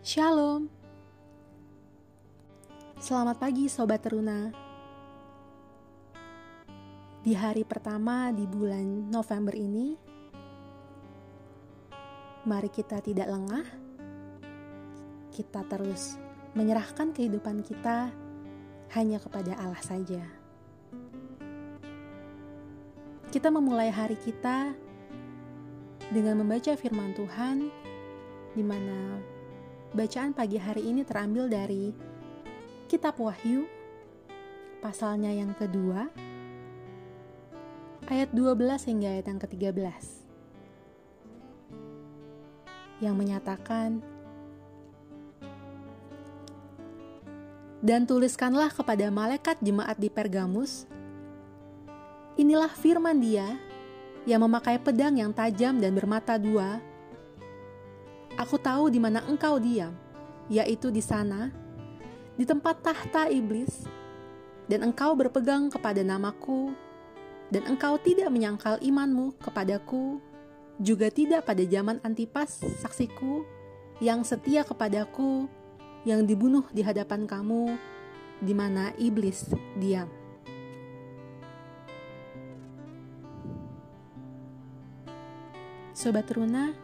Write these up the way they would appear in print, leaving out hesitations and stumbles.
Shalom. Selamat pagi Sobat Teruna. Di hari pertama di bulan November ini, mari kita tidak lengah. Kita terus menyerahkan kehidupan kita hanya kepada Allah saja. Kita memulai hari kita dengan membaca firman Tuhan, di mana bacaan pagi hari ini terambil dari Kitab Wahyu, pasalnya yang kedua, ayat 12 hingga ayat yang ke-13, yang menyatakan, "Dan tuliskanlah kepada malaikat jemaat di Pergamus, inilah firman Dia yang memakai pedang yang tajam dan bermata dua. Aku tahu di mana engkau diam, yaitu di sana, di tempat tahta iblis, dan engkau berpegang kepada namaku, dan engkau tidak menyangkal imanmu kepadaku, juga tidak pada zaman Antipas saksiku, yang setia kepadaku, yang dibunuh di hadapan kamu, di mana iblis diam." Sobat Teruna,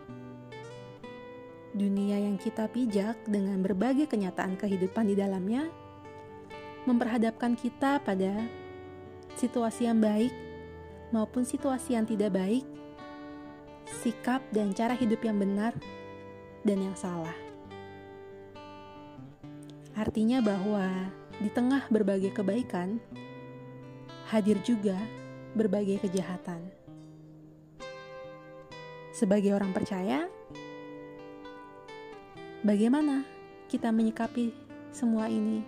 dunia yang kita pijak dengan berbagai kenyataan kehidupan di dalamnya memperhadapkan kita pada situasi yang baik maupun situasi yang tidak baik, sikap dan cara hidup yang benar dan yang salah. Artinya bahwa di tengah berbagai kebaikan, hadir juga berbagai kejahatan. Sebagai orang percaya, bagaimana kita menyikapi semua ini?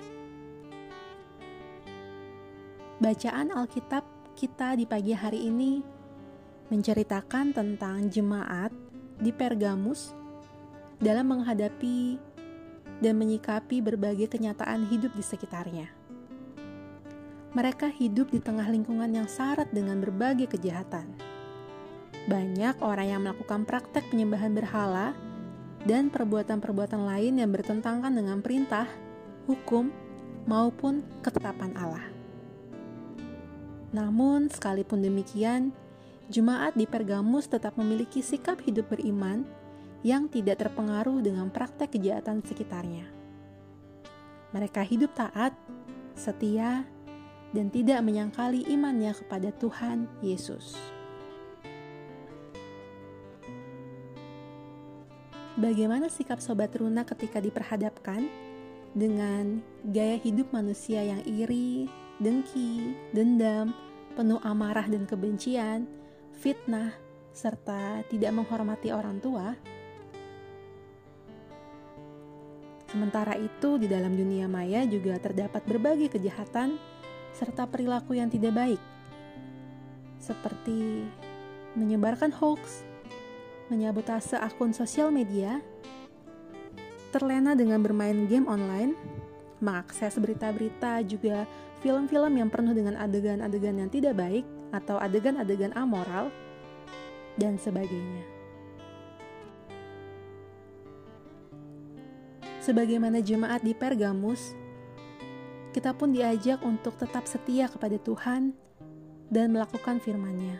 Bacaan Alkitab kita di pagi hari ini menceritakan tentang jemaat di Pergamus dalam menghadapi dan menyikapi berbagai kenyataan hidup di sekitarnya. Mereka hidup di tengah lingkungan yang syarat dengan berbagai kejahatan. Banyak orang yang melakukan praktek penyembahan berhala dan perbuatan-perbuatan lain yang bertentangan dengan perintah, hukum, maupun ketetapan Allah. Namun, sekalipun demikian, jemaat di Pergamus tetap memiliki sikap hidup beriman yang tidak terpengaruh dengan praktek kejahatan sekitarnya. Mereka hidup taat, setia, dan tidak menyangkali imannya kepada Tuhan Yesus. Bagaimana sikap Sobat Teruna ketika diperhadapkan dengan gaya hidup manusia yang iri, dengki, dendam, penuh amarah dan kebencian, fitnah, serta tidak menghormati orang tua? Sementara itu, di dalam dunia maya juga terdapat berbagai kejahatan serta perilaku yang tidak baik, seperti menyebarkan hoax, menyabotase akun sosial media, terlena dengan bermain game online, mengakses berita-berita, juga film-film yang penuh dengan adegan-adegan yang tidak baik atau adegan-adegan amoral, dan sebagainya. Sebagaimana jemaat di Pergamus, kita pun diajak untuk tetap setia kepada Tuhan dan melakukan firman-Nya.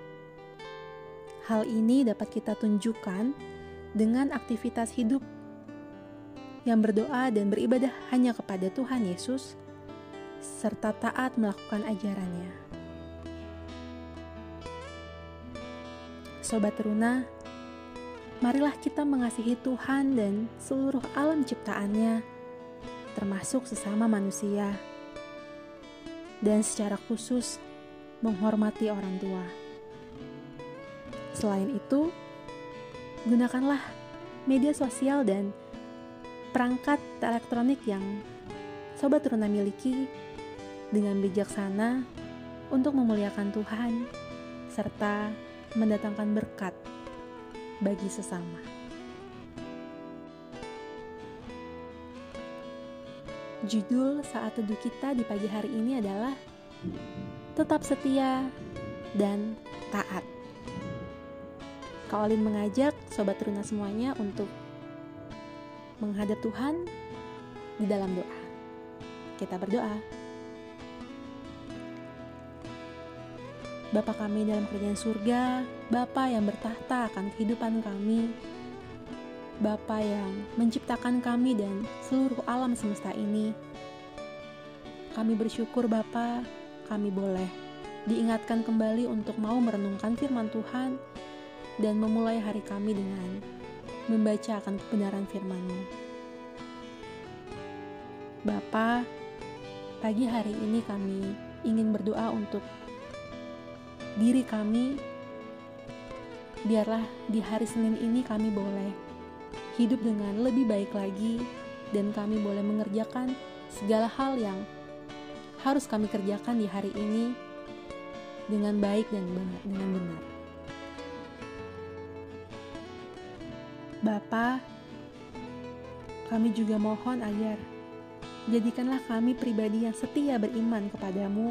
Hal ini dapat kita tunjukkan dengan aktivitas hidup yang berdoa dan beribadah hanya kepada Tuhan Yesus, serta taat melakukan ajarannya. Sobat Teruna, marilah kita mengasihi Tuhan dan seluruh alam ciptaannya, termasuk sesama manusia, dan secara khusus menghormati orang tua. Selain itu, gunakanlah media sosial dan perangkat elektronik yang Sobat Teruna miliki dengan bijaksana untuk memuliakan Tuhan serta mendatangkan berkat bagi sesama. Judul saat teduh kita di pagi hari ini adalah Tetap Setia dan Taat. Kak Olin mengajak Sobat Teruna semuanya untuk menghadap Tuhan di dalam doa. Kita berdoa. Bapa kami dalam kerajaan surga, Bapa yang bertahta akan kehidupan kami, Bapa yang menciptakan kami dan seluruh alam semesta ini. Kami bersyukur Bapa, kami boleh diingatkan kembali untuk mau merenungkan firman Tuhan dan memulai hari kami dengan membaca akan kebenaran firman-Mu. Bapa, pagi hari ini kami ingin berdoa untuk diri kami, biarlah di hari Senin ini kami boleh hidup dengan lebih baik lagi dan kami boleh mengerjakan segala hal yang harus kami kerjakan di hari ini dengan baik dan dengan benar. Bapa, kami juga mohon agar jadikanlah kami pribadi yang setia beriman kepadamu.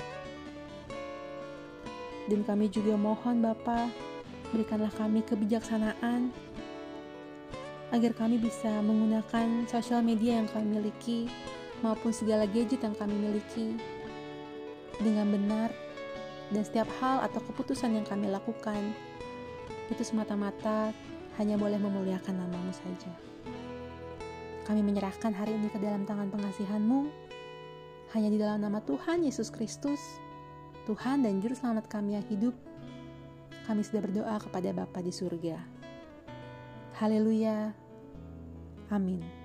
Dan kami juga mohon Bapa, berikanlah kami kebijaksanaan agar kami bisa menggunakan sosial media yang kami miliki maupun segala gadget yang kami miliki dengan benar, dan setiap hal atau keputusan yang kami lakukan itu semata-mata hanya boleh memuliakan nama-Mu saja. Kami menyerahkan hari ini ke dalam tangan pengasihan-Mu, hanya di dalam nama Tuhan Yesus Kristus, Tuhan dan Juru Selamat kami yang hidup, kami sudah berdoa kepada Bapa di surga. Haleluya. Amin.